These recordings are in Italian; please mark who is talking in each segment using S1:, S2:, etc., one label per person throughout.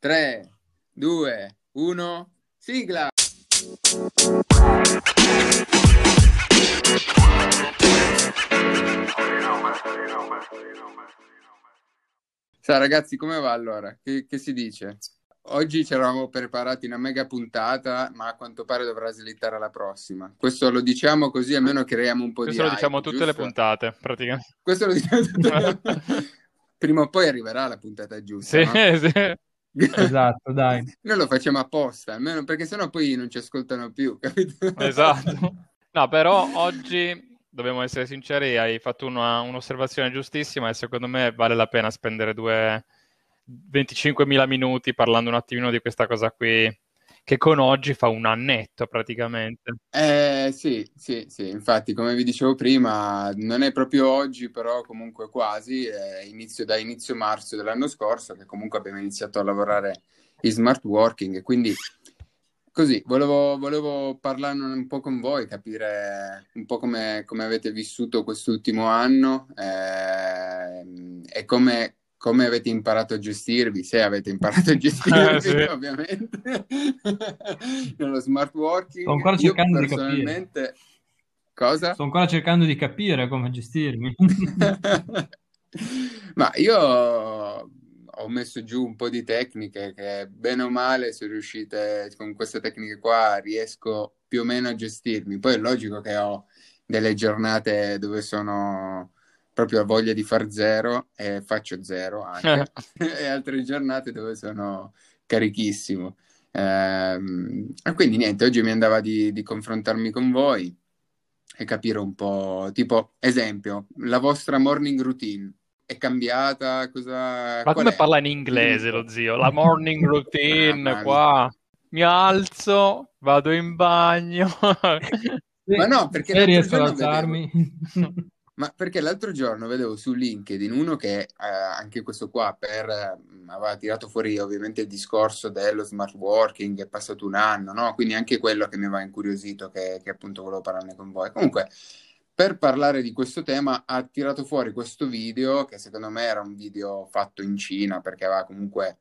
S1: 3, 2, 1, sigla! Ragazzi, come va allora? Che si dice? Oggi ci eravamo preparati una mega puntata, ma a quanto pare dovrà slittare alla prossima. Questo lo diciamo così, almeno creiamo un po' di
S2: Questo lo diciamo
S1: hype,
S2: tutte le
S1: giusto?
S2: puntate, praticamente.
S1: Questo lo diciamo Prima o poi arriverà la puntata giusta,
S2: Sì,
S1: no?
S2: sì.
S3: Esatto, dai.
S1: Noi lo facciamo apposta, almeno perché sennò poi non ci ascoltano più, capito?
S2: Esatto. No, però oggi, dobbiamo essere sinceri, hai fatto un'osservazione giustissima e secondo me vale la pena spendere 25.000 minuti parlando un attimino di questa cosa qui, che con oggi fa un annetto praticamente.
S1: Sì, infatti come vi dicevo prima, non è proprio oggi, però comunque quasi, da inizio marzo dell'anno scorso che comunque abbiamo iniziato a lavorare in smart working e quindi così volevo parlarne un po' con voi, capire un po' come avete vissuto quest'ultimo anno e come avete imparato a gestirvi, se avete imparato a gestirvi,
S2: Sì.
S1: ovviamente, nello smart working.
S3: Sto ancora
S1: Io
S3: cercando di capire.
S1: personalmente... Cosa?
S3: Sto ancora cercando di capire come gestirmi.
S1: Ma io ho messo giù un po' di tecniche che bene o male, se riuscite con queste tecniche qua, riesco più o meno a gestirmi. Poi è logico che ho delle giornate dove sono proprio a voglia di far zero e faccio zero anche, e altre giornate dove sono carichissimo. E quindi niente, oggi mi andava di confrontarmi con voi e capire un po', tipo, esempio, la vostra morning routine è cambiata?
S2: Ma
S1: Qual
S2: come
S1: è?
S2: parla in
S1: Ditemi un
S2: inglese lo
S1: po'.
S2: zio? La morning routine
S1: Mamma mia.
S2: qua. Mi alzo, vado in bagno.
S1: Ma no, perché
S3: Se
S1: l'altro
S3: riesco ad
S1: giorno vedevo...
S3: alzarmi.
S1: Ma perché l'altro giorno vedevo su LinkedIn uno che, anche questo qua, aveva tirato fuori ovviamente il discorso dello smart working, è passato un anno, no? Quindi anche quello che mi aveva incuriosito, che appunto volevo parlarne con voi. Comunque, per parlare di questo tema, ha tirato fuori questo video, che secondo me era un video fatto in Cina, perché aveva comunque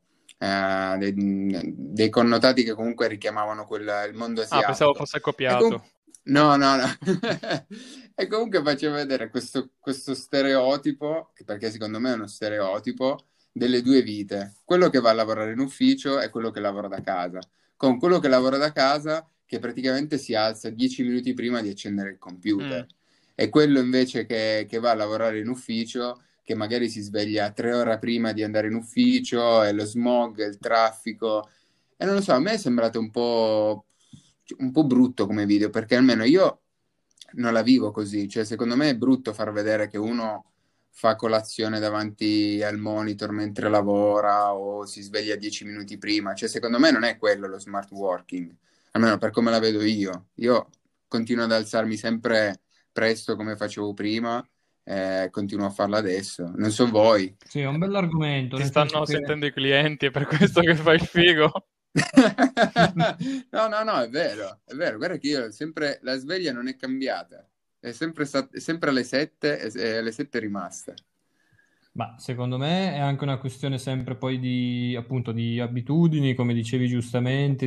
S1: dei connotati che comunque richiamavano il mondo
S2: Ah, pensavo
S1: asiatico.
S2: fosse
S1: E
S2: copiato.
S1: no, no, no. E comunque faceva vedere questo stereotipo, perché secondo me è uno stereotipo, delle due vite. Quello che va a lavorare in ufficio e quello che lavora da casa. Con quello che lavora da casa che praticamente si alza 10 minuti prima di accendere il computer. E quello invece che va a lavorare in ufficio, che magari si sveglia 3 ore prima di andare in ufficio, e lo smog, il traffico. E non lo so, a me è sembrato un po' brutto come video, perché almeno io non la vivo così. Cioè, secondo me è brutto far vedere che uno fa colazione davanti al monitor mentre lavora o si sveglia 10 minuti prima. Cioè, secondo me non è quello lo smart working, almeno per come la vedo io. Io continuo ad alzarmi sempre presto come facevo prima, continuo a farlo adesso. Non so voi.
S3: Sì, è un bell'argomento,
S2: Ti
S3: nel senso
S2: stanno
S3: che
S2: sentendo i clienti, è per questo che fai il figo.
S1: No, è vero, è vero. Guarda che io sempre la sveglia non è cambiata, è sempre alle 7 e alle 7 è rimasta.
S3: ma secondo me è anche una questione sempre poi di, appunto, di abitudini, come dicevi giustamente,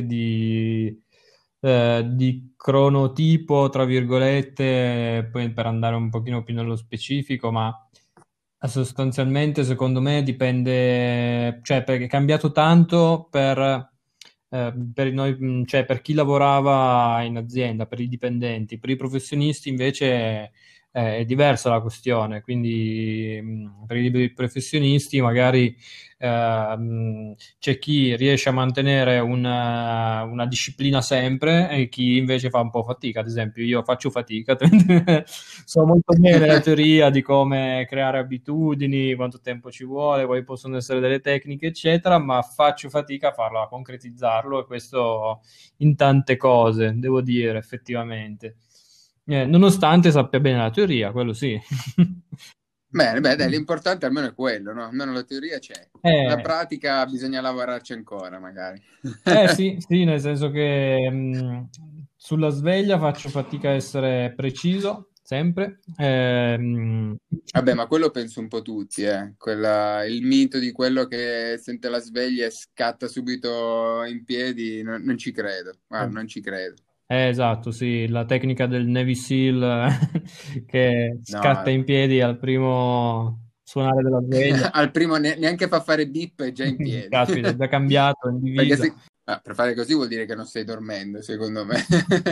S3: di cronotipo, tra virgolette, poi per andare un pochino più nello specifico, ma sostanzialmente secondo me dipende, cioè perché è cambiato tanto per noi, cioè per chi lavorava in azienda, per i dipendenti, per i professionisti invece è diversa la questione, quindi per i liberi professionisti magari c'è chi riesce a mantenere una disciplina sempre e chi invece fa un po' fatica. Ad esempio, io faccio fatica, so molto bene la teoria di come creare abitudini, quanto tempo ci vuole, quali possono essere delle tecniche, eccetera, ma faccio fatica a farlo, a concretizzarlo e questo in tante cose, devo dire, effettivamente. Nonostante sappia bene la teoria, quello sì.
S1: Bene, beh, dai, l'importante almeno è quello, no? Almeno la teoria c'è. La
S3: Eh,
S1: pratica bisogna lavorarci ancora, magari.
S3: sì, sì, nel senso che sulla sveglia faccio fatica a essere preciso, sempre.
S1: Vabbè, ma quello penso un po' tutti, eh. Il mito di quello che sente la sveglia e scatta subito in piedi, non ci credo. Guarda, non ci credo.
S3: Esatto, sì, la tecnica del Navy SEAL che scatta
S1: No,
S3: in piedi al primo suonare della sveglia.
S1: al primo neanche fa fare bip e già in piedi.
S3: Caspita, è già cambiato in
S1: Perché
S3: divisa.
S1: per fare così vuol dire che non stai dormendo, secondo me.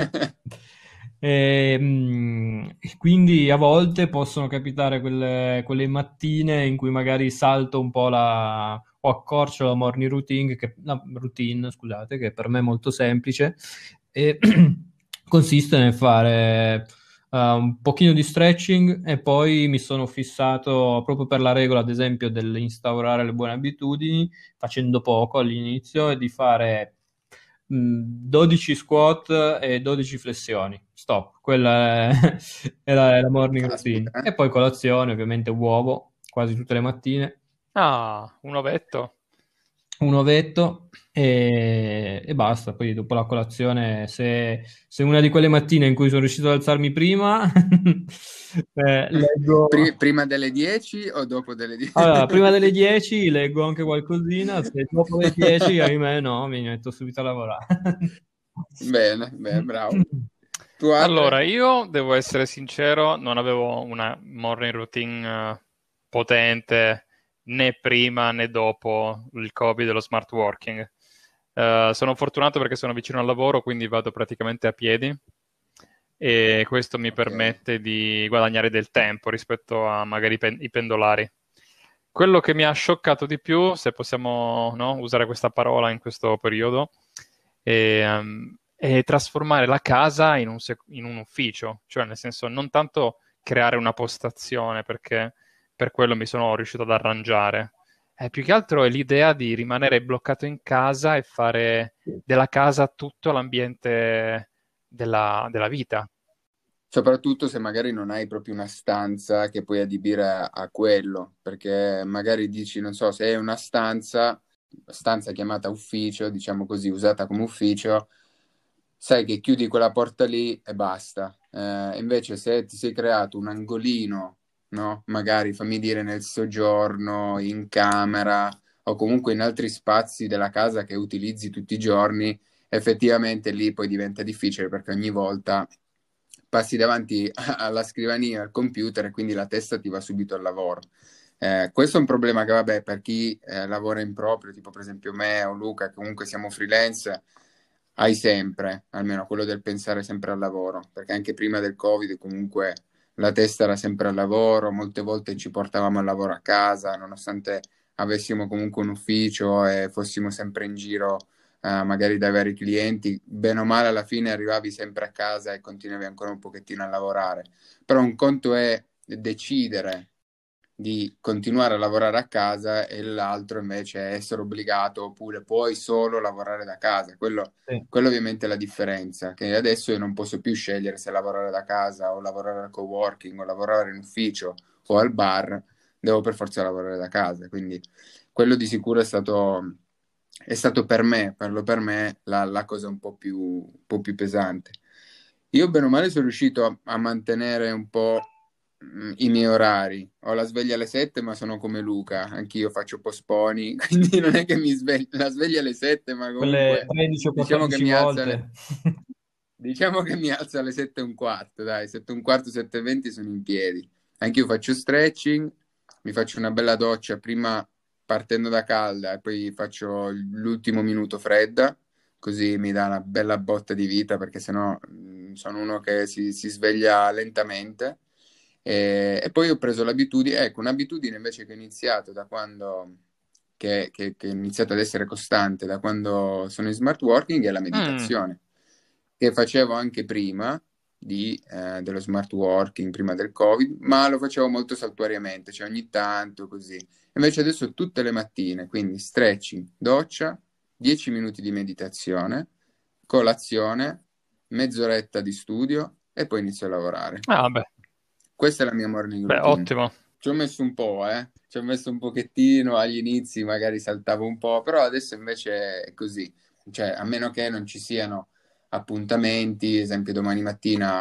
S3: Quindi a volte possono capitare quelle mattine in cui magari salto un po' o accorcio la morning routine, scusate, che per me è molto semplice e consiste nel fare un pochino di stretching e poi mi sono fissato proprio per la regola, ad esempio, dell'instaurare le buone abitudini, facendo poco all'inizio e di fare 12 squat e 12 flessioni. Stop, quella è, è la morning
S1: Caspita,
S3: routine. E poi colazione, ovviamente uovo, quasi tutte le mattine,
S2: Ah, un ovetto.
S3: un ovetto e basta. Poi dopo la colazione, se una di quelle mattine in cui sono riuscito ad alzarmi prima, leggo.
S1: Prima delle 10 o dopo delle 10?
S3: Allora, prima delle 10 leggo anche qualcosina, se dopo le 10, ahimè, no, mi metto subito a lavorare.
S1: Bene, bene, bravo. Tu,
S2: Allora,
S1: Ale?
S2: io devo essere sincero, non avevo una morning routine potente né prima né dopo il Covid e lo smart working. Sono fortunato perché sono vicino al lavoro, quindi vado praticamente a piedi e questo mi
S1: Ok.
S2: permette di guadagnare del tempo rispetto a magari i pendolari. Quello che mi ha scioccato di più, se possiamo, no, usare questa parola in questo periodo, è trasformare la casa in un ufficio, cioè nel senso non tanto creare una postazione, perché per quello mi sono riuscito ad arrangiare. Più che altro è l'idea di rimanere bloccato in casa e fare della casa tutto l'ambiente della vita.
S1: Soprattutto se magari non hai proprio una stanza che puoi adibire a quello, perché magari dici, non so, se è una stanza chiamata ufficio, diciamo così, usata come ufficio, sai che chiudi quella porta lì e basta. Invece se ti sei creato un angolino, no? Magari fammi dire nel soggiorno, in camera o comunque in altri spazi della casa che utilizzi tutti i giorni, effettivamente lì poi diventa difficile perché ogni volta passi davanti alla scrivania, al computer e quindi la testa ti va subito al lavoro. Questo è un problema che, vabbè, per chi lavora in proprio, tipo per esempio me o Luca, che comunque siamo freelance, hai sempre, almeno quello del pensare sempre al lavoro, perché anche prima del Covid comunque la testa era sempre al lavoro, molte volte ci portavamo al lavoro a casa, nonostante avessimo comunque un ufficio e fossimo sempre in giro magari dai vari clienti, bene o male alla fine arrivavi sempre a casa e continuavi ancora un pochettino a lavorare. Però un conto è decidere di continuare a lavorare a casa e l'altro invece è essere obbligato oppure puoi solo lavorare da casa.
S3: Sì.
S1: Quello ovviamente è la differenza, che adesso io non posso più scegliere se lavorare da casa o lavorare al coworking o lavorare in ufficio o al bar, devo per forza lavorare da casa. Quindi quello di sicuro è stato per me la cosa un po' più pesante. Io bene o male sono riuscito a mantenere un po' i miei orari. Ho la sveglia alle 7, ma sono come Luca, anch'io faccio posponi, quindi non è che mi sveglio la sveglia alle 7, ma
S3: Quelle
S1: comunque
S3: 13 o
S1: diciamo che
S3: 14
S1: mi alza alle,
S3: volte.
S1: diciamo che mi alzo alle 7 e un quarto, dai, 7 e un quarto, 7 e 20 sono in piedi. Anch'io faccio stretching, mi faccio una bella doccia prima partendo da calda e poi faccio l'ultimo minuto fredda, così mi dà una bella botta di vita perché sennò sono uno che si sveglia lentamente. E poi ho preso l'abitudine, ecco, un'abitudine invece che ho iniziato da quando, che è iniziata ad essere costante da quando sono in smart working è la
S2: Mm.
S1: meditazione, che facevo anche prima dello smart working, prima del Covid, ma lo facevo molto saltuariamente, cioè ogni tanto così. Invece adesso tutte le mattine, quindi stretching, doccia, 10 minuti di meditazione, colazione, mezz'oretta di studio e poi inizio a lavorare.
S2: Ah, beh,
S1: Questa è la mia morning
S2: beh,
S1: routine.
S2: ottimo.
S1: Ci ho messo un po', eh. Ci ho messo un pochettino agli inizi, magari saltavo un po', però adesso invece è così. Cioè, a meno che non ci siano appuntamenti, esempio domani mattina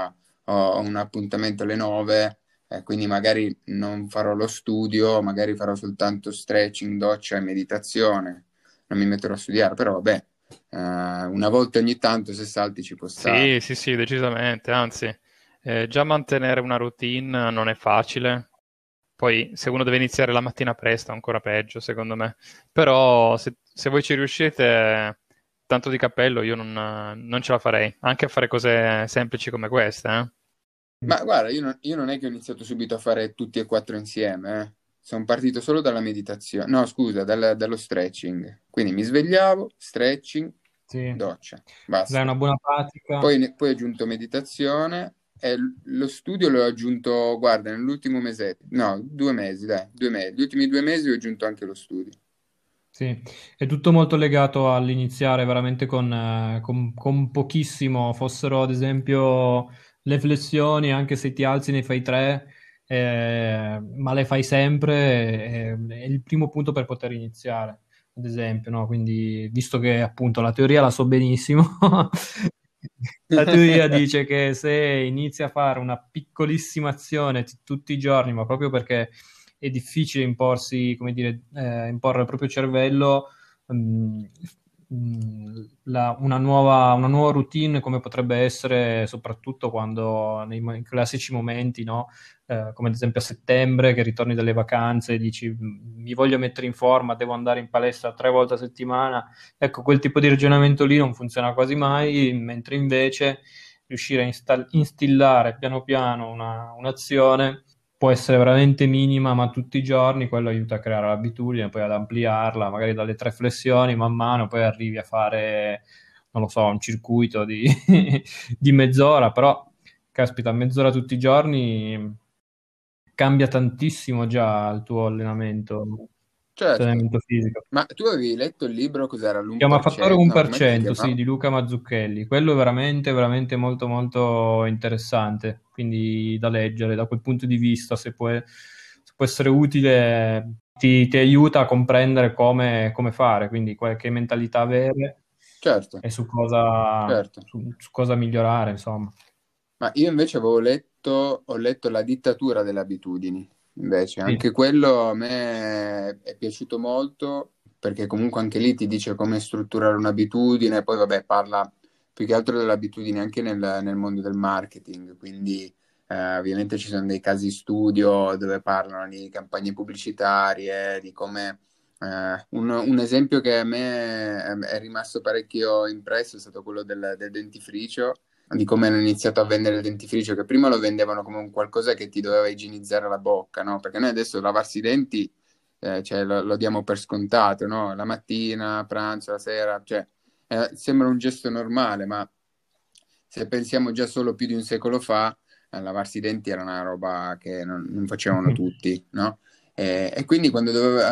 S1: ho un appuntamento alle 9, quindi magari non farò lo studio, magari farò soltanto stretching, doccia e meditazione. Non mi metterò a studiare, però vabbè, una volta ogni tanto se salti ci può
S2: Sì,
S1: stare.
S2: sì, sì, decisamente. Anzi, già mantenere una routine non è facile. Poi, se uno deve iniziare la mattina presto, è ancora peggio, secondo me. Però, se voi ci riuscite, tanto di cappello, io non ce la farei. Anche a fare cose semplici come queste, eh.
S1: Ma guarda, io non è che ho iniziato subito a fare tutti e quattro insieme, eh. Sono partito solo dalla meditazione, no, scusa, dallo stretching. Quindi mi svegliavo, stretching,
S3: Sì,
S1: doccia,
S3: dai
S1: basta.
S3: una buona pratica.
S1: Poi ho aggiunto meditazione e lo studio l'ho aggiunto, guarda, nell'ultimo mese, no, 2 mesi, dai, 2 mesi. Gli ultimi 2 mesi ho aggiunto anche lo studio.
S3: Sì, è tutto molto legato all'iniziare veramente con pochissimo, fossero ad esempio le flessioni, anche se ti alzi ne fai tre, ma le fai sempre, è il primo punto per poter iniziare, ad esempio, no? Quindi, visto che appunto la teoria la so benissimo, la teoria dice che se inizi a fare una piccolissima azione tutti i giorni, ma proprio perché è difficile imporsi, come dire, imporre al proprio cervello mm, una nuova routine come potrebbe essere soprattutto quando nei classici momenti, no? Come ad esempio a settembre che ritorni dalle vacanze e dici mi voglio mettere in forma, devo andare in palestra 3 volte a settimana. Ecco, quel tipo di ragionamento lì non funziona quasi mai, mentre invece riuscire a instillare piano piano un'azione può essere veramente minima, ma tutti i giorni quello aiuta a creare l'abitudine, poi ad ampliarla, magari dalle 3 flessioni man mano, poi arrivi a fare, non lo so, un circuito di, di mezz'ora, però, caspita, mezz'ora tutti i giorni cambia tantissimo già il tuo
S1: Certo,
S3: allenamento fisico.
S1: ma tu avevi letto il libro, cos'era?
S3: Si chiama Fattore
S1: L'1%? No, com'è che si
S3: 1%, sì,
S1: chiamava?
S3: di Luca Mazzucchelli. Quello è veramente, veramente molto, molto interessante. Quindi da leggere da quel punto di vista, se può essere utile, ti aiuta a comprendere come fare, quindi che mentalità avere
S1: Certo,
S3: e su cosa,
S1: certo.
S3: su cosa migliorare, insomma.
S1: Ma io invece ho letto La dittatura delle abitudini, invece
S3: Sì,
S1: anche quello a me è piaciuto molto perché comunque anche lì ti dice come strutturare un'abitudine, poi vabbè parla più che altro delle abitudini anche nel mondo del marketing, quindi ovviamente ci sono dei casi studio dove parlano di campagne pubblicitarie, di come un esempio che a me è rimasto parecchio impresso è stato quello del dentifricio, di come hanno iniziato a vendere il dentifricio, che prima lo vendevano come un qualcosa che ti doveva igienizzare la bocca, no? Perché noi adesso lavarsi i denti, cioè, lo diamo per scontato, no? La mattina, a pranzo, la sera, cioè, sembra un gesto normale, ma se pensiamo già solo più di un secolo fa, lavarsi i denti era una roba che non facevano tutti, no? E quindi quando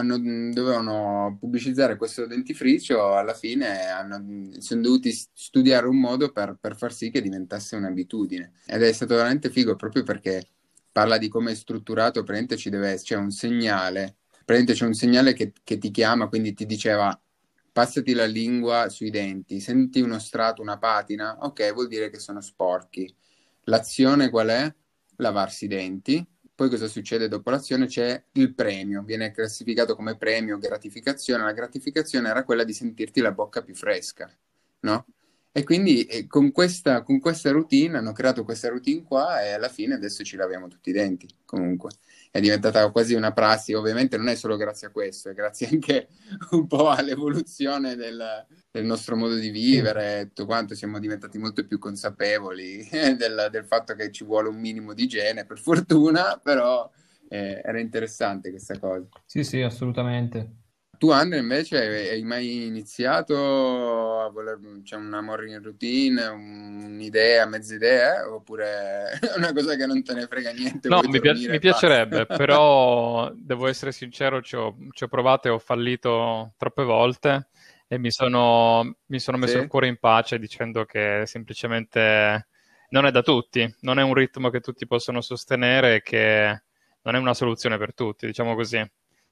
S1: dovevano pubblicizzare questo dentifricio, alla fine sono dovuti studiare un modo per far sì che diventasse un'abitudine. Ed è stato veramente figo proprio perché parla di come è strutturato, praticamente c'è un segnale, praticamente c'è un segnale che ti chiama, quindi ti diceva passati la lingua sui denti, senti uno strato, una patina, ok, vuol dire che sono sporchi. L'azione qual è? Lavarsi i denti. Poi cosa succede dopo l'azione? C'è il premio, viene classificato come premio, gratificazione. La gratificazione era quella di sentirti la bocca più fresca, no? E quindi con questa routine hanno creato questa routine qua e alla fine adesso ci laviamo tutti i denti, comunque. È diventata quasi una prassi, ovviamente non è solo grazie a questo, è grazie anche un po' all'evoluzione del nostro modo di
S3: sì.
S1: vivere, tutto quanto, siamo diventati molto più consapevoli del fatto che ci vuole un minimo di igiene, per fortuna, però era interessante questa cosa.
S3: Sì, sì, assolutamente.
S1: Tu, Andrea, invece, hai mai iniziato a voler, c'è una morning routine, un'idea, mezza idea, oppure è una cosa che non te ne frega niente,
S2: No,
S1: vuoi
S2: mi
S1: dormire e basta?
S2: piacerebbe, però devo essere sincero, ci ho provato e ho fallito troppe volte e mi sono messo il
S1: Sì?
S2: cuore in pace dicendo che semplicemente non è da tutti, non è un ritmo che tutti possono sostenere e che non è una soluzione per tutti, diciamo così.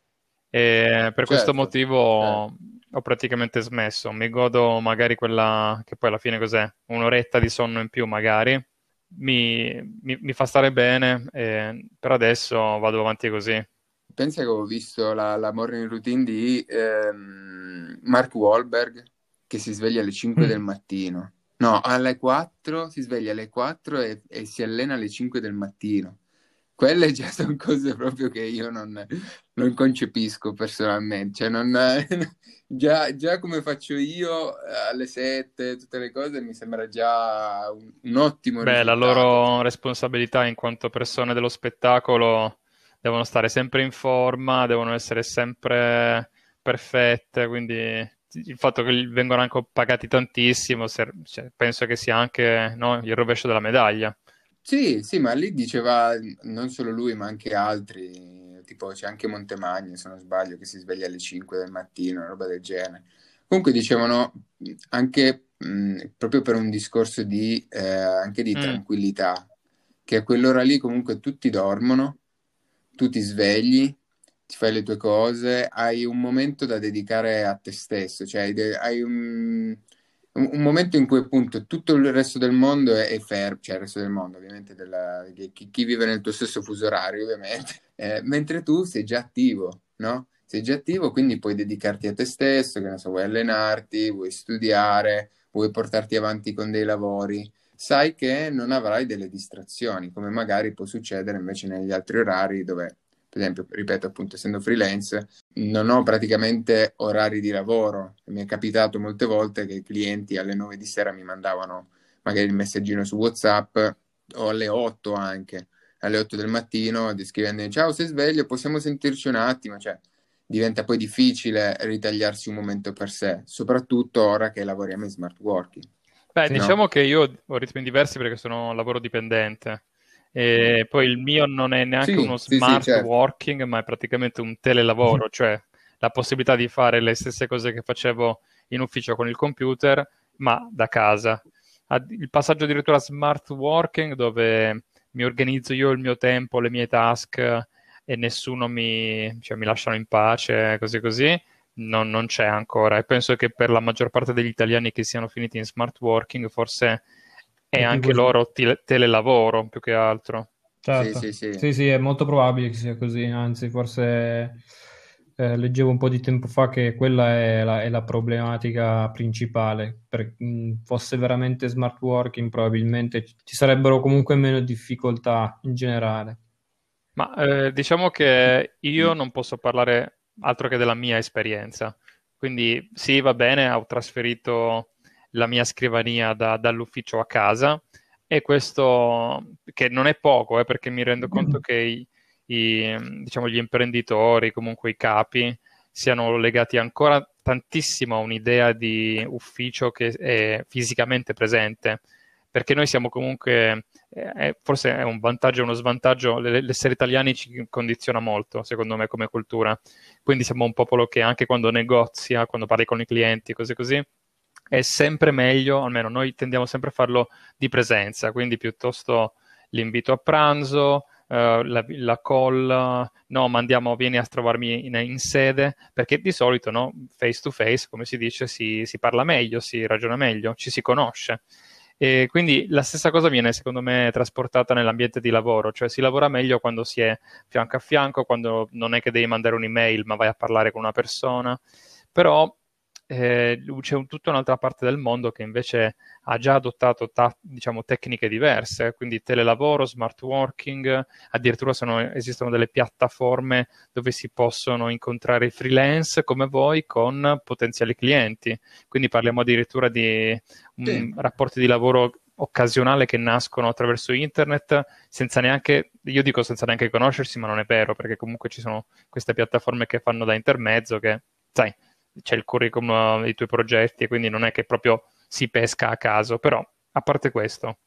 S2: E per questo
S1: Certo,
S2: motivo
S1: certo.
S2: ho praticamente smesso. Mi godo magari quella che poi alla fine cos'è? Un'oretta di sonno in più magari, mi fa stare bene, e per adesso vado avanti così.
S1: Pensa che avevo visto la morning routine di Mark Wahlberg che si sveglia alle 5 del mattino. No, alle 4, si sveglia alle 4 e si allena alle 5 del mattino. Quelle già sono cose proprio che io non concepisco personalmente. Cioè, già come faccio io alle 7, tutte le cose, mi sembra già un ottimo
S2: Beh, la
S1: risultato.
S2: loro responsabilità in quanto persone dello spettacolo devono stare sempre in forma, devono essere sempre perfette, quindi il fatto che vengono anche pagati tantissimo, cioè, penso che sia anche, no, il rovescio della medaglia.
S1: Sì, sì, ma lì diceva non solo lui, ma anche altri, tipo c'è anche Montemagno, se non sbaglio, che si sveglia alle 5 del mattino, roba del genere. Comunque dicevano anche proprio per un discorso anche di
S2: Mm.
S1: tranquillità, che a quell'ora lì comunque tutti dormono, tu ti svegli, ti fai le tue cose, hai un momento da dedicare a te stesso, cioè hai un momento in cui appunto tutto il resto del mondo è fermo, cioè il resto del mondo ovviamente, chi vive nel tuo stesso fuso orario ovviamente, mentre tu sei già attivo, no? Sei già attivo, quindi puoi dedicarti a te stesso, che ne so, vuoi allenarti, vuoi studiare, vuoi portarti avanti con dei lavori. Sai che non avrai delle distrazioni, come magari può succedere invece negli altri orari dove, per esempio, ripeto appunto, essendo freelance, non ho praticamente orari di lavoro. Mi è capitato molte volte che i clienti alle 9 di sera mi mandavano magari il messaggino su WhatsApp o alle 8 anche, alle 8 del mattino, scrivendo ciao, sei sveglio, possiamo sentirci un attimo, cioè diventa poi difficile ritagliarsi un momento per sé, soprattutto ora che lavoriamo in smart working,
S2: Beh,
S3: Sì.
S1: no?
S2: diciamo che io ho ritmi diversi perché sono lavoro dipendente. E poi il mio non è neanche uno
S1: Sì, sì, sì,
S2: smart
S1: certo.
S2: working, ma è praticamente un telelavoro, cioè la possibilità di fare le stesse cose che facevo in ufficio con il computer, ma da casa. Il passaggio addirittura a smart working, dove mi organizzo io il mio tempo, le mie task e nessuno cioè, mi lasciano in pace, così così non c'è ancora e penso che per la maggior parte degli italiani che siano finiti in smart working forse è
S3: È più
S2: anche
S3: così.
S2: loro telelavoro più che altro.
S1: Sì,
S3: Certo,
S1: sì, sì.
S3: sì, sì, è molto probabile che sia così, anzi, forse leggevo un po' di tempo fa che quella è la problematica principale. Fosse veramente smart working, probabilmente ci sarebbero comunque meno difficoltà in generale.
S2: Ma diciamo che io non posso parlare altro che della mia esperienza. Quindi sì, va bene, ho trasferito la mia scrivania dall'ufficio a casa e questo che non è poco, perché mi rendo conto che diciamo, gli imprenditori, comunque i capi, siano legati ancora tantissimo a un'idea di ufficio che è fisicamente presente. Perché noi siamo comunque forse è un vantaggio e uno svantaggio, l'essere italiani ci condiziona molto, secondo me, come cultura. Quindi siamo un popolo che anche quando negozia, quando parli con i clienti, cose così, è sempre meglio, almeno noi tendiamo sempre a farlo di presenza, quindi piuttosto l'invito a pranzo, la call, no, vieni a trovarmi in sede, perché di solito, no, face to face, come si dice, si parla meglio, si ragiona meglio, ci si conosce. E quindi la stessa cosa viene, secondo me, trasportata nell'ambiente di lavoro, cioè si lavora meglio quando si è fianco a fianco, quando non è che devi mandare un'email, ma vai a parlare con una persona. Però c'è tutta un'altra parte del mondo che invece ha già adottato diciamo, tecniche diverse, quindi telelavoro, smart working, addirittura esistono delle piattaforme dove si possono incontrare i freelance come voi con potenziali clienti. Quindi parliamo addirittura di
S1: Sì.
S2: rapporti di lavoro occasionale che nascono attraverso internet senza neanche, io dico senza neanche conoscersi, ma non è vero, perché comunque ci sono queste piattaforme che fanno da intermezzo che, sai, c'è il curriculum dei tuoi progetti e quindi non è che proprio si pesca a caso, però a parte questo,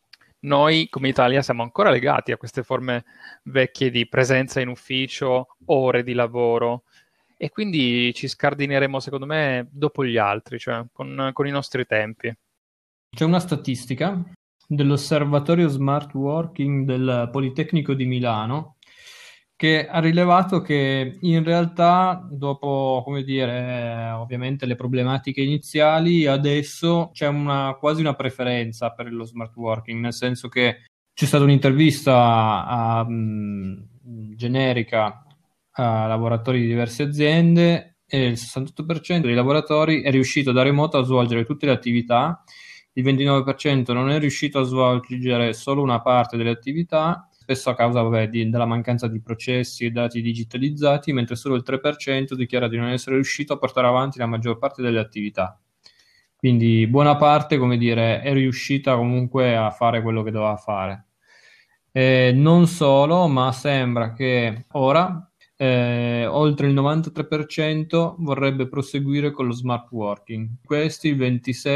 S2: noi come Italia siamo ancora legati a queste forme vecchie di presenza in ufficio, ore di lavoro e quindi ci scardineremo secondo me dopo gli altri, cioè con i nostri tempi.
S3: C'è una statistica dell'Osservatorio Smart Working del Politecnico di Milano che ha rilevato che in realtà, dopo, come dire, ovviamente le problematiche iniziali, adesso c'è quasi una preferenza per lo smart working, nel senso che c'è stata un'intervista generica a lavoratori di diverse aziende e il 68% dei lavoratori è riuscito da remoto a svolgere tutte le attività, il 29% non è riuscito a svolgere solo una parte delle attività, spesso a causa, vabbè, della mancanza di processi e dati digitalizzati, mentre solo il 3% dichiara di non essere riuscito a portare avanti la maggior parte delle attività. Quindi buona parte, come dire, è riuscita comunque a fare quello che doveva fare. Non solo, ma sembra che ora oltre il 93% vorrebbe proseguire con lo smart working. Questi il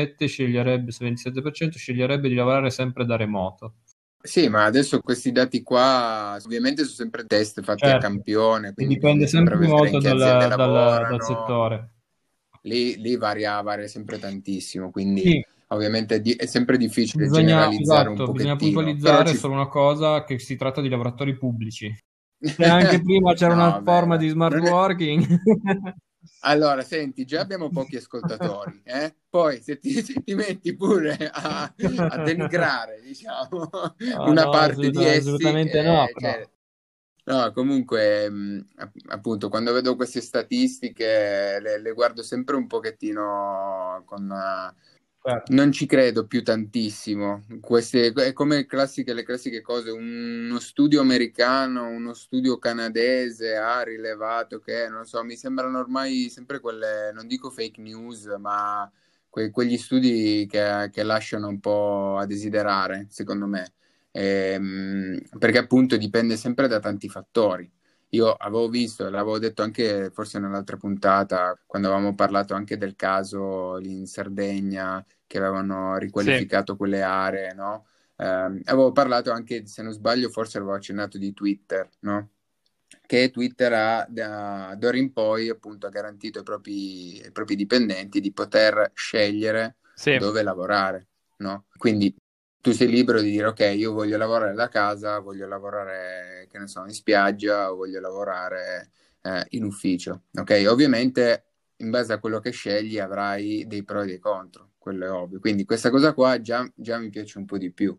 S3: 27% sceglierebbe di lavorare sempre da remoto.
S1: Sì, ma adesso questi dati qua ovviamente sono sempre test fatti a
S3: Certo,
S1: campione,
S3: e
S1: quindi
S3: dipende
S1: bisogna sempre
S3: sempre
S1: vedere in
S3: molto
S1: che aziende
S3: dal
S1: lavorano.
S3: settore.
S1: Lì varia sempre tantissimo, quindi
S3: Sì,
S1: ovviamente è sempre difficile generalizzare un
S3: esatto, bisogna
S1: pochettino, però
S3: puntualizzare
S1: ci...
S3: solo una cosa, che si tratta di lavoratori pubblici. Se anche prima c'era
S1: No,
S3: una
S1: vabbè,
S3: forma
S1: dai.
S3: di smart
S1: Non è...
S3: working.
S1: Allora, senti, già abbiamo pochi ascoltatori, eh? Poi se ti metti pure a denigrare, diciamo,
S3: Ah,
S1: una
S3: no,
S1: parte di essi,
S3: assolutamente no,
S1: cioè,
S3: però.
S1: no, comunque, appunto, quando vedo queste statistiche le guardo sempre un pochettino con...
S3: Certo.
S1: non ci credo più tantissimo. È come le classiche cose. Uno studio americano, uno studio canadese ha rilevato che, non so, mi sembrano ormai sempre quelle, non dico fake news, ma quegli studi che lasciano un po' a desiderare, secondo me. Perché appunto dipende sempre da tanti fattori. Io avevo visto, e l'avevo detto anche forse nell'altra puntata, quando avevamo parlato anche del caso lì in Sardegna, che avevano
S2: Sì,
S1: riqualificato quelle aree, no? Avevo parlato anche, se non sbaglio, forse avevo accennato di Twitter, no? Che Twitter ha da d'ora in poi appunto ha garantito ai propri dipendenti di poter scegliere
S2: sì.
S1: dove lavorare, no? Quindi tu sei libero di dire ok, io voglio lavorare da casa, voglio lavorare, che ne so, in spiaggia o voglio lavorare in ufficio, ok? Ovviamente in base a quello che scegli avrai dei pro e dei contro, quello è ovvio. Quindi questa cosa qua già mi piace un po' di più.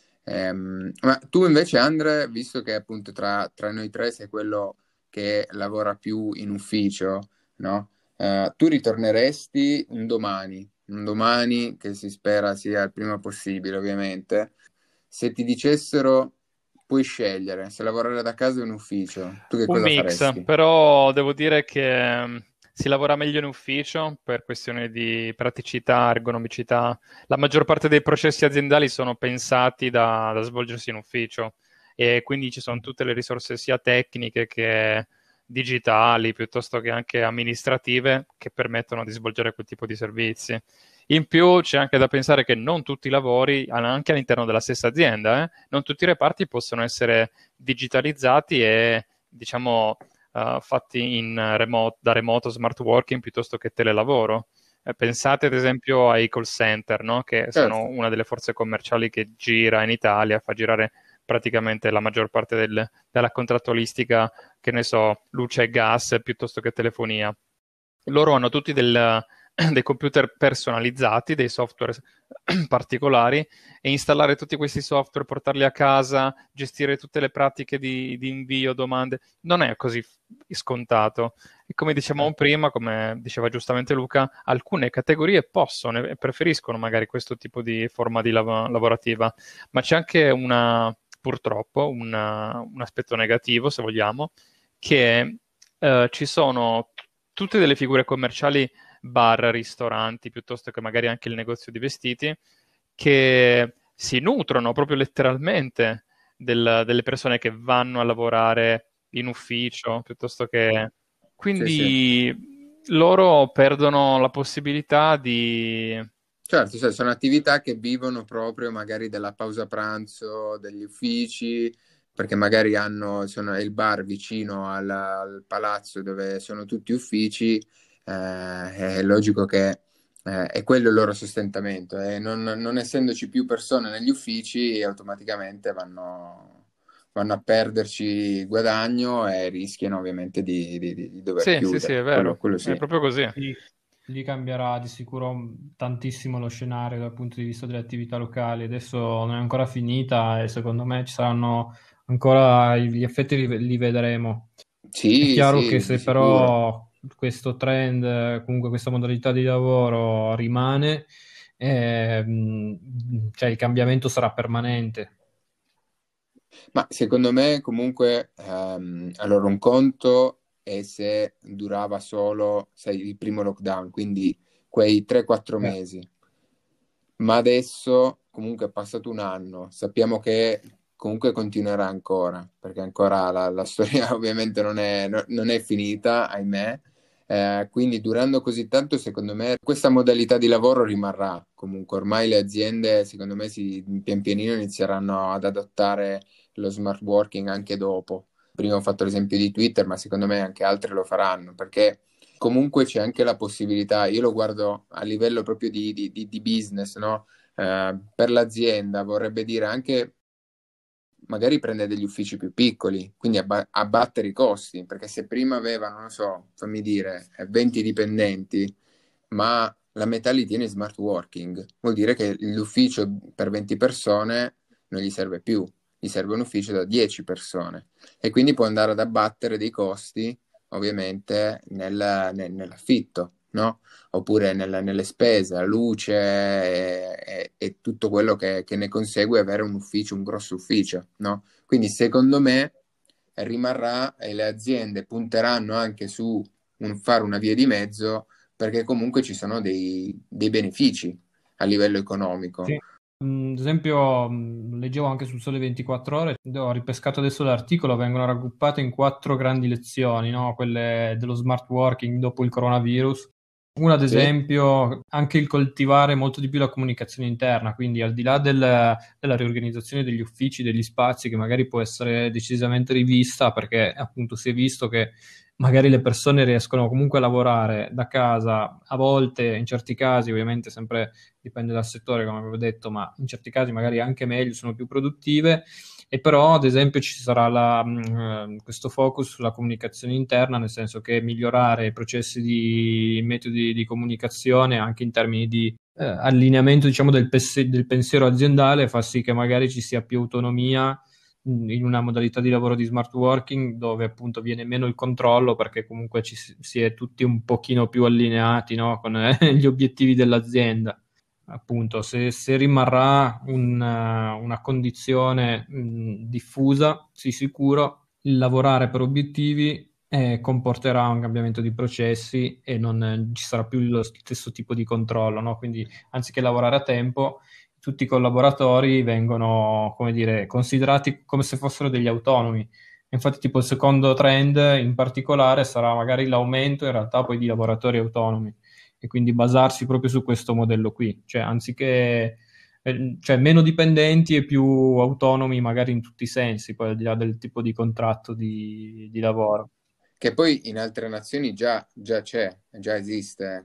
S1: Ma tu invece, Andre, visto che appunto tra noi tre sei quello che lavora più in ufficio, no? Tu ritorneresti un domani che si spera sia il prima possibile, ovviamente, se ti dicessero puoi scegliere se lavorare da casa o in ufficio, tu che
S2: Un
S1: cosa
S2: mix,
S1: faresti?
S2: però devo dire che si lavora meglio in ufficio per questioni di praticità, ergonomicità. La maggior parte dei processi aziendali sono pensati da svolgersi in ufficio e quindi ci sono tutte le risorse sia tecniche che digitali, piuttosto che anche amministrative, che permettono di svolgere quel tipo di servizi. In più c'è anche da pensare che non tutti i lavori, anche all'interno della stessa azienda, non tutti i reparti possono essere digitalizzati e, diciamo, fatti da remoto smart working piuttosto che telelavoro. Pensate ad esempio ai call center, no? Che sono
S1: Certo,
S2: una delle forze commerciali che gira in Italia, fa girare praticamente la maggior parte della contrattualistica, che ne so, luce e gas piuttosto che telefonia. Loro hanno tutti dei computer personalizzati, dei software particolari, e installare tutti questi software, portarli a casa, gestire tutte le pratiche di invio, domande, non è così scontato. E come dicevamo prima, come diceva giustamente Luca, alcune categorie possono e preferiscono magari questo tipo di forma lavorativa, ma c'è anche purtroppo un aspetto negativo, se vogliamo, che ci sono tutte delle figure commerciali, bar, ristoranti, piuttosto che magari anche il negozio di vestiti, che si nutrono proprio letteralmente delle persone che vanno a lavorare in ufficio, piuttosto che...
S1: sì, sì.
S2: Quindi loro perdono la possibilità di...
S1: Certo, cioè, sono attività che vivono proprio magari della pausa pranzo, degli uffici, perché magari è il bar vicino al palazzo dove sono tutti uffici, è logico che è quello il loro sostentamento e non essendoci più persone negli uffici, automaticamente vanno a perderci guadagno e rischiano ovviamente di dover
S2: Sì, sì, sì,
S1: chiudere.
S2: è
S1: Quello,
S2: vero,
S1: quello
S2: è
S1: sì.
S2: proprio così.
S3: Lì, lì cambierà di sicuro tantissimo lo scenario dal punto di vista delle attività locali. Adesso non è ancora finita e secondo me ci saranno ancora gli effetti, li vedremo. È
S1: Sì,
S3: chiaro che
S1: sì, di
S3: se
S1: sicuro.
S3: però questo trend, comunque questa modalità di lavoro rimane, cioè il cambiamento sarà permanente.
S1: Ma secondo me comunque, allora un conto è se durava solo, sai, il primo lockdown, quindi quei 3-4
S3: Eh,
S1: mesi. Ma adesso comunque è passato un anno, sappiamo che comunque continuerà ancora, perché ancora la storia ovviamente non è finita, ahimè. Quindi durando così tanto, secondo me, questa modalità di lavoro rimarrà. Comunque ormai le aziende, secondo me, pian pianino inizieranno ad adottare lo smart working anche dopo. Prima ho fatto l'esempio di Twitter, ma secondo me anche altre lo faranno, perché comunque c'è anche la possibilità, io lo guardo a livello proprio di business, no? Per l'azienda vorrebbe dire anche magari prendere degli uffici più piccoli, quindi abbattere i costi, perché se prima aveva, non lo so, fammi dire, 20 dipendenti, ma la metà li tiene in smart working, vuol dire che l'ufficio per 20 persone non gli serve più, gli serve un ufficio da 10 persone e quindi può andare ad abbattere dei costi, ovviamente, nell'affitto, no? Oppure nelle spese, la luce e tutto quello che ne consegue avere un ufficio, un grosso ufficio, no? Quindi secondo me rimarrà e le aziende punteranno anche su fare una via di mezzo perché comunque ci sono dei benefici a livello economico.
S3: sì. Ad esempio, leggevo anche sul Sole 24 Ore, ho ripescato adesso l'articolo, vengono raggruppate in quattro grandi lezioni, no? Quelle dello smart working dopo il coronavirus. Una, ad
S1: Sì?
S3: esempio, anche il coltivare molto di più la comunicazione interna, quindi al di là della riorganizzazione degli uffici, degli spazi, che magari può essere decisamente rivista, perché appunto si è visto che magari le persone riescono comunque a lavorare da casa, a volte, in certi casi, ovviamente sempre dipende dal settore, come avevo detto, ma in certi casi magari anche meglio, sono più produttive. E però, ad esempio, ci sarà questo focus sulla comunicazione interna, nel senso che migliorare i processi di metodi di comunicazione anche in termini di allineamento, diciamo, del pensiero aziendale fa sì che magari ci sia più autonomia in una modalità di lavoro di smart working dove appunto viene meno il controllo perché comunque si è tutti un pochino più allineati, no, con gli obiettivi dell'azienda. Appunto, se rimarrà una condizione diffusa, sì, sicuro, il lavorare per obiettivi comporterà un cambiamento di processi e non ci sarà più lo stesso tipo di controllo, no? Quindi, anziché lavorare a tempo, tutti i collaboratori vengono, come dire, considerati come se fossero degli autonomi. Infatti, tipo, il secondo trend in particolare sarà magari l'aumento in realtà poi di lavoratori autonomi e quindi basarsi proprio su questo modello qui, cioè anziché cioè meno dipendenti e più autonomi magari in tutti i sensi, poi al di là del tipo di contratto di lavoro.
S1: Che poi in altre nazioni già c'è, già esiste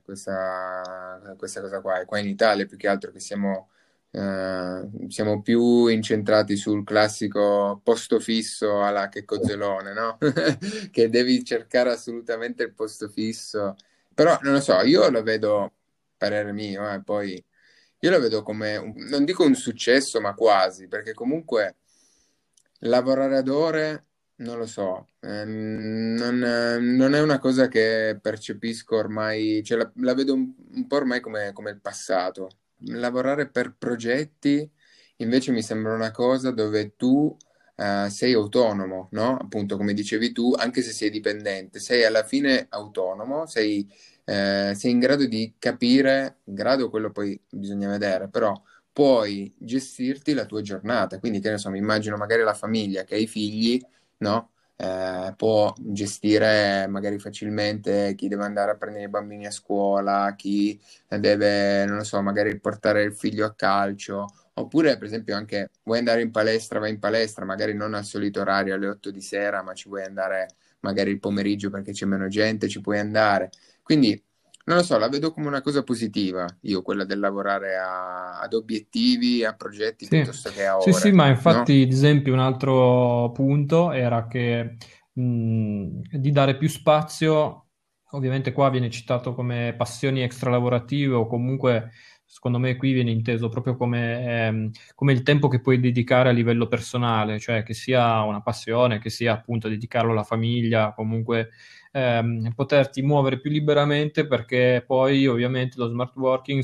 S1: questa cosa qua. E qua in Italia più che altro che siamo più incentrati sul classico posto fisso alla Checco Zalone, no? Che devi cercare assolutamente il posto fisso. Però non lo so, io lo vedo, parere mio, poi io lo vedo come, non dico un successo, ma quasi, perché comunque lavorare ad ore non lo so, non è una cosa che percepisco ormai, cioè la vedo un po' ormai come il passato. Lavorare per progetti invece mi sembra una cosa dove tu sei autonomo, no? Appunto, come dicevi tu, anche se sei dipendente, sei alla fine autonomo, sei in grado di capire, in grado quello poi bisogna vedere, però puoi gestirti la tua giornata. Quindi, che ne so, mi immagino magari la famiglia che ha i figli, no? Può gestire magari facilmente chi deve andare a prendere i bambini a scuola, chi deve, non lo so, magari portare il figlio a calcio, oppure per esempio anche vuoi andare in palestra, vai in palestra, magari non al solito orario alle 8 di sera, ma ci vuoi andare magari il pomeriggio perché c'è meno gente, ci puoi andare. Quindi non lo so, la vedo come una cosa positiva, io, quella del lavorare ad obiettivi, a progetti
S3: Sì,
S1: piuttosto che a
S3: sì, sì,
S1: ore,
S3: ma
S1: no?
S3: infatti, ad esempio, un altro punto era che di dare più spazio, ovviamente qua viene citato come passioni extralavorative o comunque, secondo me, qui viene inteso proprio come il tempo che puoi dedicare a livello personale, cioè che sia una passione, che sia appunto dedicarlo alla famiglia, comunque poterti muovere più liberamente perché poi ovviamente lo smart working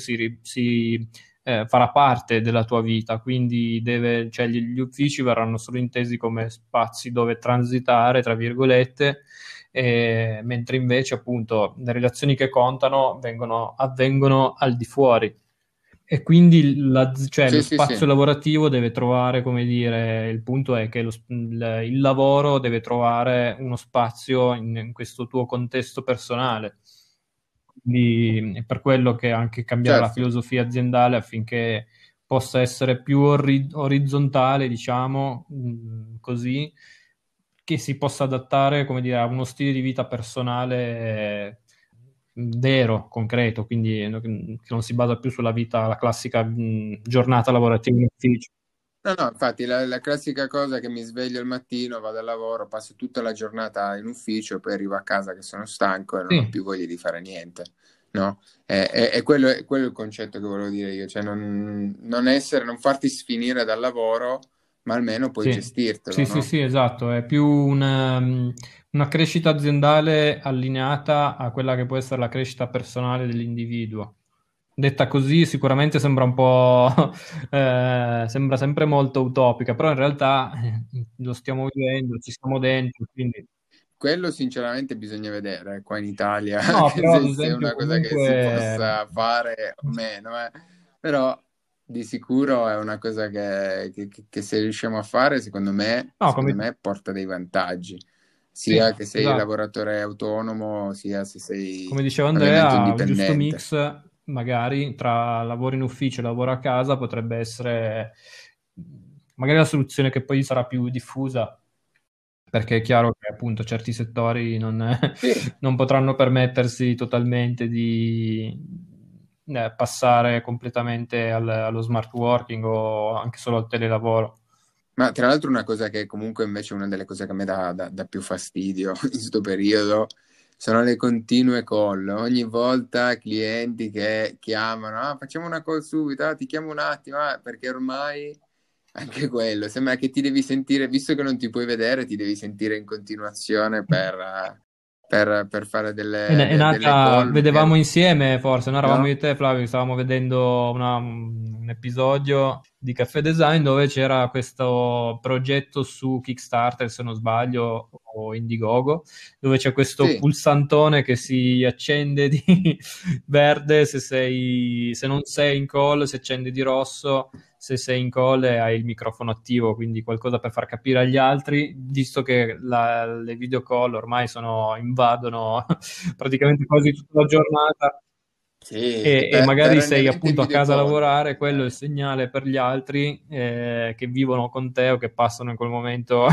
S3: farà parte della tua vita, quindi cioè, gli uffici verranno solo intesi come spazi dove transitare, tra virgolette, mentre invece appunto le relazioni che contano avvengono al di fuori. E quindi cioè, lo
S1: Sì, sì,
S3: spazio
S1: sì.
S3: lavorativo deve trovare, come dire, il punto è che il lavoro deve trovare uno spazio in questo tuo contesto personale. Quindi è per quello che anche cambiare la
S1: Certo.
S3: filosofia aziendale affinché possa essere più orizzontale, diciamo, così, che si possa adattare, come dire, a uno stile di vita personale vero, concreto, quindi che non si basa più sulla vita, la classica giornata lavorativa in ufficio.
S1: No, no, infatti la classica cosa che mi sveglio al mattino, vado al lavoro, passo tutta la giornata in ufficio, poi arrivo a casa che sono stanco e non ho
S3: Sì,
S1: più voglia di fare niente, no? È quello il concetto che volevo dire io, cioè non farti sfinire dal lavoro, ma almeno puoi
S3: sì,
S1: gestirtelo,
S3: sì, sì,
S1: no?
S3: sì, esatto, è più una crescita aziendale allineata a quella che può essere la crescita personale dell'individuo. Detta così sicuramente sembra un po', sembra sempre molto utopica, però in realtà lo stiamo vivendo, ci stiamo dentro, quindi...
S1: Quello sinceramente bisogna vedere qua in Italia,
S3: No,
S1: che
S3: però ad
S1: se è
S3: esempio
S1: una cosa che si
S3: comunque...
S1: possa fare o meno, eh. Però di sicuro è una cosa che se riusciamo a fare,
S3: No,
S1: secondo me porta dei vantaggi,
S3: sì,
S1: sia che sei
S3: esatto.
S1: lavoratore autonomo, sia se sei
S3: Come diceva
S1: ovviamente un
S3: Andrea, un giusto
S1: dipendente.
S3: mix magari tra lavoro in ufficio e lavoro a casa potrebbe essere magari la soluzione che poi sarà più diffusa, perché è chiaro che appunto certi settori
S1: Sì.
S3: non potranno permettersi totalmente di passare completamente allo smart working o anche solo al telelavoro.
S1: Ma tra l'altro una cosa che comunque invece è una delle cose che a me dà più fastidio in questo periodo sono le continue call. Ogni volta clienti che chiamano, facciamo una call subito, ti chiamo un attimo, perché ormai anche quello, sembra che ti devi sentire, visto che non ti puoi vedere, ti devi sentire in continuazione per fare
S3: È
S1: delle
S3: nata,
S1: call,
S3: vedevamo
S1: magari,
S3: insieme, forse, noi eravamo
S1: no?
S3: io e te, Flavio, stavamo vedendo un episodio di Caffè Design dove c'era questo progetto su Kickstarter, se non sbaglio, o Indiegogo, dove c'è questo
S1: Sì,
S3: pulsantone che si accende di verde se non sei in call, si accende di rosso se sei in call e hai il microfono attivo, quindi qualcosa per far capire agli altri, visto che le video call ormai invadono praticamente quasi tutta la giornata
S1: sì,
S3: e
S1: per
S3: magari sei
S1: rendere in
S3: appunto a
S1: video
S3: casa a
S1: call.
S3: lavorare, quello è il segnale per gli altri che vivono con te o che passano in quel momento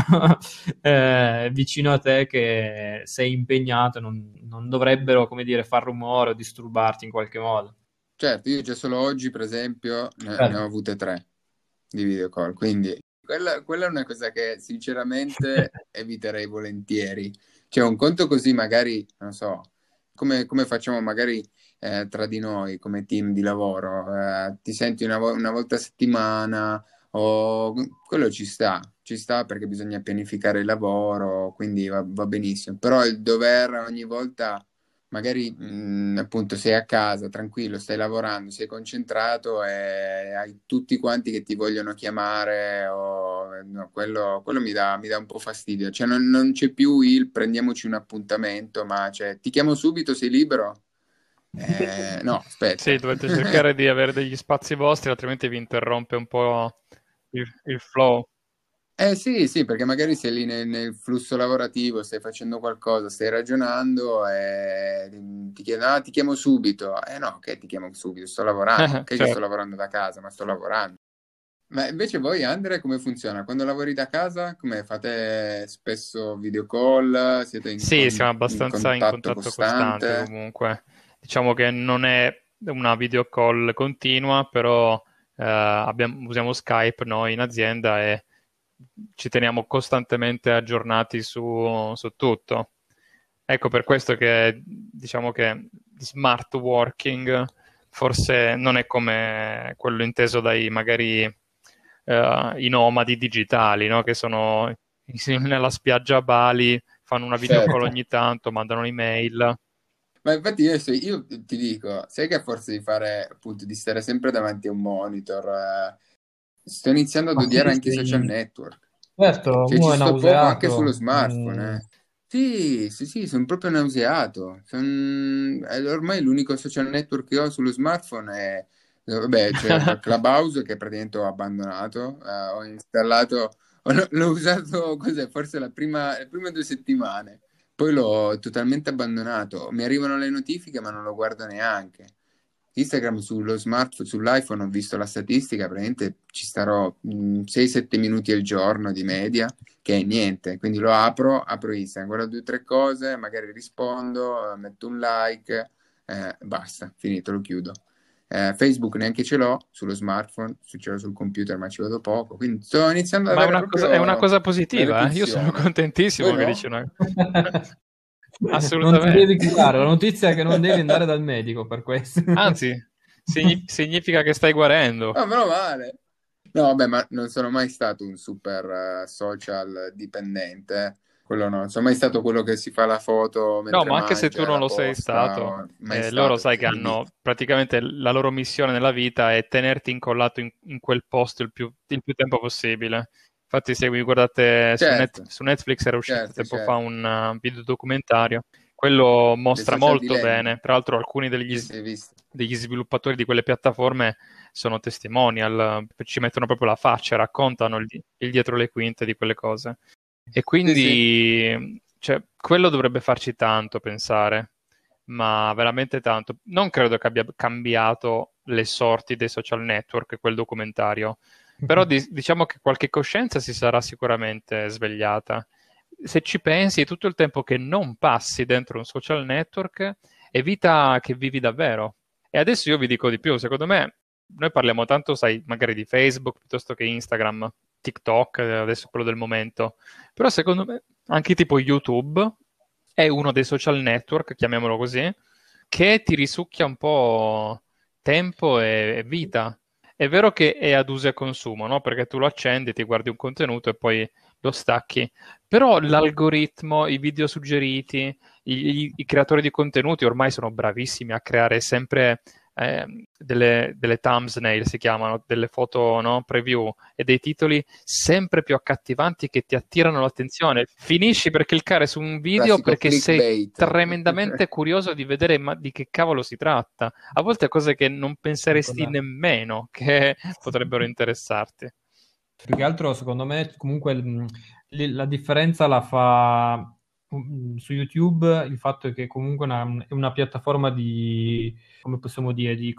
S3: vicino a te che sei impegnato e non dovrebbero, come dire, far rumore o disturbarti in qualche modo.
S1: Certo, io già solo oggi, per esempio, ne ho
S3: Certo.
S1: avute 3 di video call, quindi quella è una cosa che sinceramente eviterei volentieri. Cioè, un conto così magari, non so, come facciamo magari tra di noi come team di lavoro, ti senti una volta a settimana o quello ci sta perché bisogna pianificare il lavoro, quindi va benissimo. Però il dover ogni volta magari appunto sei a casa, tranquillo, stai lavorando, sei concentrato e hai tutti quanti che ti vogliono chiamare, no, quello mi dà un po' fastidio. Cioè non c'è più il prendiamoci un appuntamento, ma cioè, ti chiamo subito, sei libero? No,
S2: Sì,
S1: aspetta.
S2: dovete cercare di avere degli spazi vostri, altrimenti vi interrompe un po' il flow.
S1: Eh sì, sì, perché magari sei lì nel flusso lavorativo, stai facendo qualcosa, stai ragionando e ti chiedono, ti chiamo subito. No, che ti chiamo subito, sto lavorando. Che sto
S2: Certo.
S1: lavorando da casa, ma sto lavorando. Ma invece voi, Andre, come funziona? Quando lavori da casa, come fate spesso video call? Siete
S2: Sì, siamo
S1: in
S2: abbastanza in
S1: contatto
S2: contatto costante
S1: costante?
S2: comunque. diciamo che non è una video call continua, però usiamo Skype noi in azienda e ci teniamo costantemente aggiornati su tutto. Ecco, per questo che diciamo che smart working forse non è come quello inteso dai magari i nomadi digitali, no? Che sono nella spiaggia a Bali, fanno una video call
S1: Certo.
S2: ogni tanto, mandano un'email.
S1: Ma infatti adesso io ti dico, sai che a forza di fare, appunto, di stare sempre davanti a un monitor, sto iniziando ad
S3: Ma sì,
S1: odiare anche i social
S3: sei...
S1: network.
S3: Certo,
S1: Cioè, ci
S3: uno è
S1: sto poco anche sullo
S3: nauseato.
S1: smartphone, eh. Sì, sì, sì, sono proprio nauseato. Ormai l'unico social network che ho sullo smartphone è, vabbè, c'è Clubhouse che praticamente ho abbandonato, ho installato, l'ho usato, cos'è, forse le prime 2 settimane, poi l'ho totalmente abbandonato. Mi arrivano le notifiche ma non lo guardo neanche. Instagram sullo smartphone, sull'iPhone ho visto la statistica, praticamente ci starò 6-7 minuti al giorno di media, che è niente. Quindi lo apro Instagram, guardo 2 o 3 cose, magari rispondo, metto un like, basta, finito, lo chiudo. Facebook neanche ce l'ho sullo smartphone, ce l'ho sul computer, ma ci vado poco. Quindi sto iniziando ad
S2: Ma
S1: avere
S2: è una
S1: proprio
S2: cosa
S1: una
S2: positiva, eh? Io sono
S1: repulsione. Voi
S2: contentissimo che dici
S1: no?
S2: una...
S3: Non ti devi
S2: Assolutamente.
S3: curare, la notizia è che non devi andare dal medico per questo.
S2: Anzi, significa che stai guarendo.
S1: Ah, meno male. No, vabbè, ma non sono mai stato un super social dipendente. Quello no, non sono mai stato quello che si fa la foto
S2: No,
S1: mentre
S2: ma anche se tu
S1: mangia,
S2: non
S1: la
S2: lo sei
S1: posta,
S2: stato,
S1: mai
S2: loro
S1: stato
S2: sai
S1: così.
S2: che
S1: Quindi,
S2: hanno praticamente la loro missione nella vita è tenerti incollato in quel posto il più tempo possibile. Infatti, se vi guardate
S1: certo,
S2: su Netflix era uscito
S1: certo,
S2: tempo fa
S1: certo.
S2: un videodocumentario, quello
S1: Le
S2: mostra
S1: social
S2: molto
S1: dilemma.
S2: bene. Tra l'altro, alcuni
S1: Sì, sì, hai visto.
S2: degli sviluppatori di quelle piattaforme sono testimonial, ci mettono proprio la faccia, raccontano il dietro le quinte di quelle cose. E
S1: Sì, sì.
S2: quindi, cioè, quello dovrebbe farci tanto pensare, ma veramente tanto. Non credo che abbia cambiato le sorti dei social network, quel documentario, però diciamo che qualche coscienza si sarà sicuramente svegliata. Se ci pensi, tutto il tempo che non passi dentro un social network è vita che vivi davvero. E adesso io vi dico di più, secondo me, noi parliamo tanto, sai, magari di Facebook piuttosto che Instagram, TikTok, adesso è quello del momento. Però secondo me anche tipo YouTube è uno dei social network, chiamiamolo così, che ti risucchia un po' tempo e vita. È vero che è ad uso e consumo, no? Perché tu lo accendi, ti guardi un contenuto e poi lo stacchi. Però l'algoritmo, i video suggeriti, i creatori di contenuti ormai sono bravissimi a creare sempre delle thumbnail, si chiamano, delle foto, no? Preview e dei titoli sempre più accattivanti che ti attirano l'attenzione. Finisci per cliccare su un video
S1: Classico
S2: perché sei
S1: clickbait.
S2: tremendamente curioso di vedere di che cavolo si tratta. A volte cose che non penseresti
S3: Eccola.
S2: nemmeno che potrebbero interessarti.
S3: Più che altro, secondo me, comunque la differenza la fa su YouTube il fatto è che comunque è una piattaforma di, come possiamo dire, di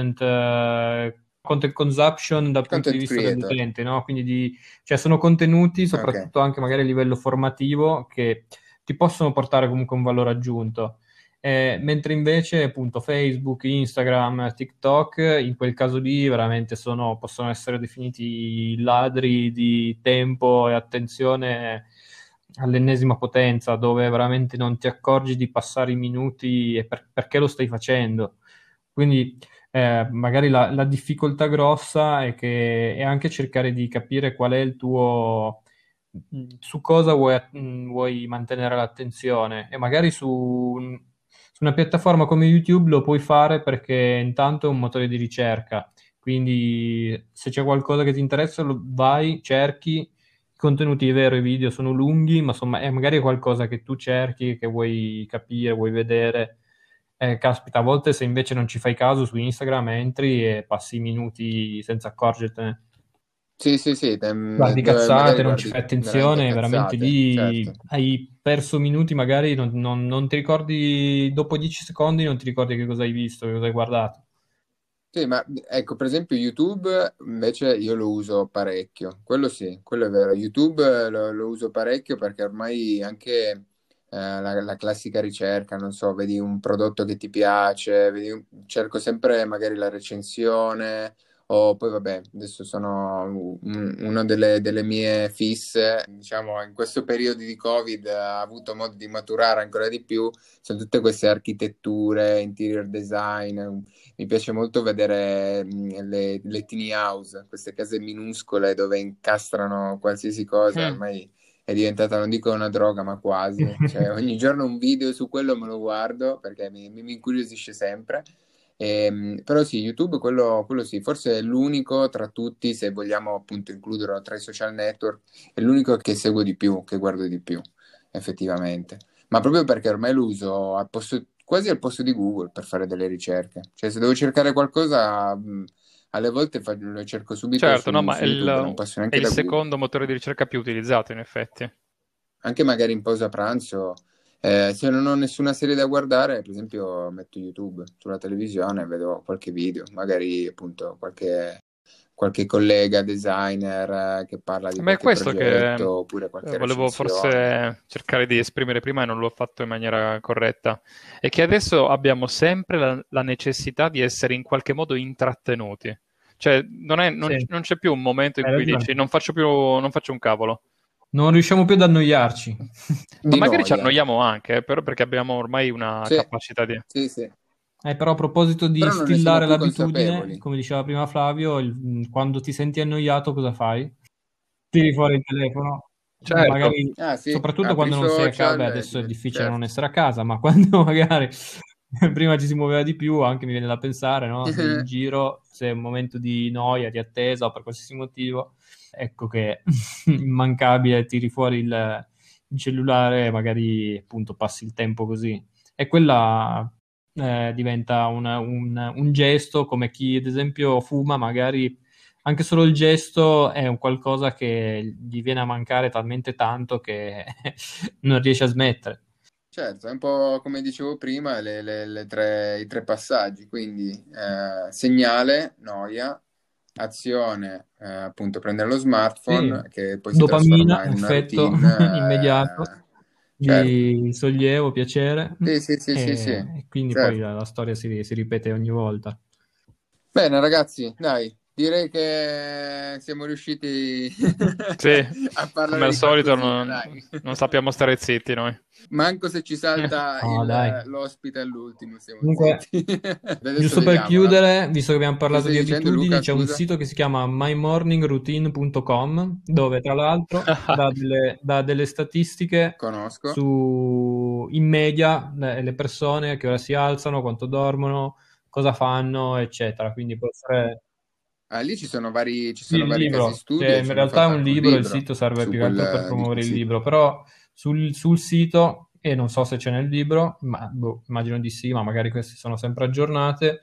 S3: content consumption dal punto di
S1: Content
S3: vista
S1: creator.
S3: dell'utente, no? Quindi cioè sono contenuti,
S1: Ok.
S3: soprattutto anche magari a livello formativo, che ti possono portare comunque un valore aggiunto. Mentre invece appunto Facebook, Instagram, TikTok, in quel caso lì veramente possono essere definiti ladri di tempo e attenzione all'ennesima potenza, dove veramente non ti accorgi di passare i minuti e perché lo stai facendo. Quindi magari la difficoltà grossa è anche cercare di capire qual è il tuo su cosa vuoi mantenere l'attenzione e magari su una piattaforma come YouTube lo puoi fare perché intanto è un motore di ricerca, quindi se c'è qualcosa che ti interessa vai, cerchi, i contenuti è vero, i video sono lunghi, ma insomma è magari qualcosa che tu cerchi, che vuoi capire, vuoi vedere. Caspita, a volte se invece non ci fai caso su Instagram entri e passi minuti senza accorgertene.
S1: Sì, sì, sì,
S3: Guardi
S1: dove magari
S3: cazzate, non ci
S1: guardi
S3: fai
S1: veramente
S3: attenzione, veramente
S1: cazzate, certo.
S3: lì hai perso minuti, magari non ti ricordi, dopo 10 secondi non ti ricordi che cosa hai visto, che cosa hai guardato.
S1: Sì, ma ecco, per esempio YouTube invece io lo uso parecchio, quello sì, quello è vero. YouTube lo uso parecchio perché ormai anche la classica ricerca, non so, vedi un prodotto che ti piace, cerco sempre magari la recensione, o poi vabbè, adesso sono una delle mie fisse, diciamo, in questo periodo di Covid ha avuto modo di maturare ancora di più, sono tutte queste architetture, interior design, mi piace molto vedere le tiny house, queste case minuscole dove incastrano qualsiasi cosa, ormai è diventata, non dico una droga, ma quasi. Cioè, ogni giorno un video su quello me lo guardo perché mi incuriosisce sempre. Però sì, YouTube, quello sì, forse è l'unico tra tutti, se vogliamo appunto includerlo tra i social network, è l'unico che seguo di più, che guardo di più, effettivamente. Ma proprio perché ormai lo uso quasi al posto di Google per fare delle ricerche. Cioè, se devo cercare qualcosa, alle volte lo cerco subito
S2: Certo, no,
S1: su,
S2: ma
S1: su YouTube, non passo
S2: è
S1: neanche
S2: il
S1: da Google.
S2: secondo motore di ricerca più utilizzato, in effetti.
S1: Anche magari in pausa pranzo, se non ho nessuna serie da guardare, per esempio metto YouTube sulla televisione, vedo qualche video, magari appunto qualche collega designer che parla di
S2: Ma è
S1: qualche
S2: questo che
S1: progetto oppure qualche
S2: volevo
S1: recensione.
S2: forse cercare di esprimere prima e non l'ho fatto in maniera corretta. È che adesso abbiamo sempre la necessità di essere in qualche modo intrattenuti. Cioè,
S3: Sì,
S2: non c'è più un momento in
S3: hai
S2: cui
S3: ragione.
S2: dici non faccio un cavolo.
S3: Non riusciamo più ad annoiarci.
S2: Ma
S1: Di
S2: magari ci
S1: noia.
S2: annoiamo anche, però perché abbiamo ormai una
S1: Sì,
S2: capacità di...
S1: sì, sì.
S3: Però a proposito di
S1: Però non ne siamo
S3: instillare
S1: più
S3: l'abitudine,
S1: consapevoli.
S3: come diceva prima Flavio, quando ti senti annoiato cosa fai? Tiri fuori il telefono,
S2: Certo,
S3: magari
S1: Ah sì,
S3: soprattutto
S1: apri i
S3: quando non sei a casa,
S1: social,
S3: beh, adesso è difficile non
S1: certo.
S3: essere a casa, ma quando magari prima ci si muoveva di più, anche mi viene da pensare, no? In giro, se è un momento di noia, di attesa o per qualsiasi motivo, ecco che immancabile, tiri fuori il cellulare e magari appunto passi il tempo così. E quella diventa un gesto, come chi ad esempio fuma, magari anche solo il gesto è un qualcosa che gli viene a mancare talmente tanto che non riesce a smettere.
S1: Certo, è un po' come dicevo prima, i tre passaggi, quindi segnale, noia, azione, appunto prendere lo
S3: Sì,
S1: smartphone che poi si
S3: dopamina,
S1: trasforma in una
S3: effetto
S1: routine,
S3: immediato
S1: certo,
S3: di sollievo, piacere,
S1: sì, sì, sì, sì, sì,
S3: e quindi poi
S1: certo.
S3: la storia si ripete ogni volta.
S1: Bene ragazzi, dai, direi che siamo riusciti
S2: sì,
S1: a
S2: come
S1: parlare
S2: al
S1: di
S2: solito
S1: qualcosina, dai.
S2: non sappiamo stare zitti noi.
S1: Manco se ci salta
S3: Ah, dai.
S1: l'ospite all'ultimo, siamo
S3: Comunque,
S1: zitti. Adesso
S3: giusto per
S1: vediamo.
S3: chiudere, visto che abbiamo
S1: Cosa
S3: parlato
S1: stai
S3: di
S1: dicendo,
S3: abitudini,
S1: Luca?
S3: c'è un
S1: Scusa?
S3: sito che si chiama mymorningroutine.com dove tra l'altro dà delle statistiche
S1: Conosco.
S3: su in media le persone, che ora si alzano, quanto dormono, cosa fanno, eccetera. Quindi può essere
S1: Ah, lì ci
S3: sì,
S1: sono
S3: il
S1: vari casi
S3: libro,
S1: studio
S3: cioè,
S1: e
S3: in
S1: ci hanno
S3: realtà è
S1: fatto
S3: un
S1: anche un
S3: libro, il
S1: libro
S3: sito serve
S1: su
S3: più che altro per
S1: quel di
S3: promuovere
S1: quel
S3: il
S1: sito.
S3: libro, però sul sito, e non so se c'è nel libro, ma immagino di sì, ma magari queste sono sempre aggiornate,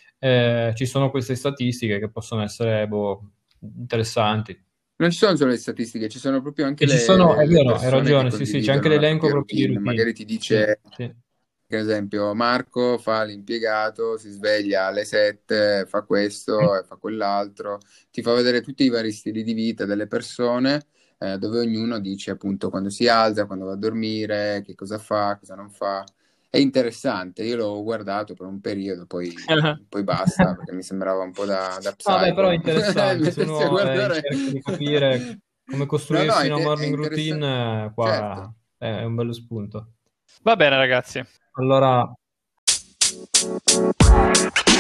S3: ci sono queste statistiche che possono essere interessanti.
S1: Non ci sono solo le statistiche, ci sono proprio anche
S3: E ci sono, è
S1: le
S3: vero, hai
S1: persone che
S3: ragione, sì, sì, c'è anche
S1: condividono la
S3: l'elenco
S1: propria
S3: proprio di
S1: routine.
S3: routine.
S1: Magari ti
S3: Sì,
S1: dice,
S3: sì.
S1: per esempio, Marco fa l'impiegato, si sveglia alle 7, fa questo e fa quell'altro. Ti fa vedere tutti i vari stili di vita delle persone, dove ognuno dice appunto quando si alza, quando va a dormire, che cosa fa, cosa non fa. È interessante, io l'ho guardato per un periodo, poi basta, perché mi sembrava un po' da
S3: Vabbè, però è
S1: psycho
S3: interessante, se
S1: mettersi a
S3: uno è in
S1: guardare.
S3: cerca di capire come
S1: No, no,
S3: costruirsi una
S1: è
S3: morning
S1: interessante.
S3: routine, qua
S1: Certo.
S3: è un bello spunto.
S2: Va bene, ragazzi.
S3: Allora,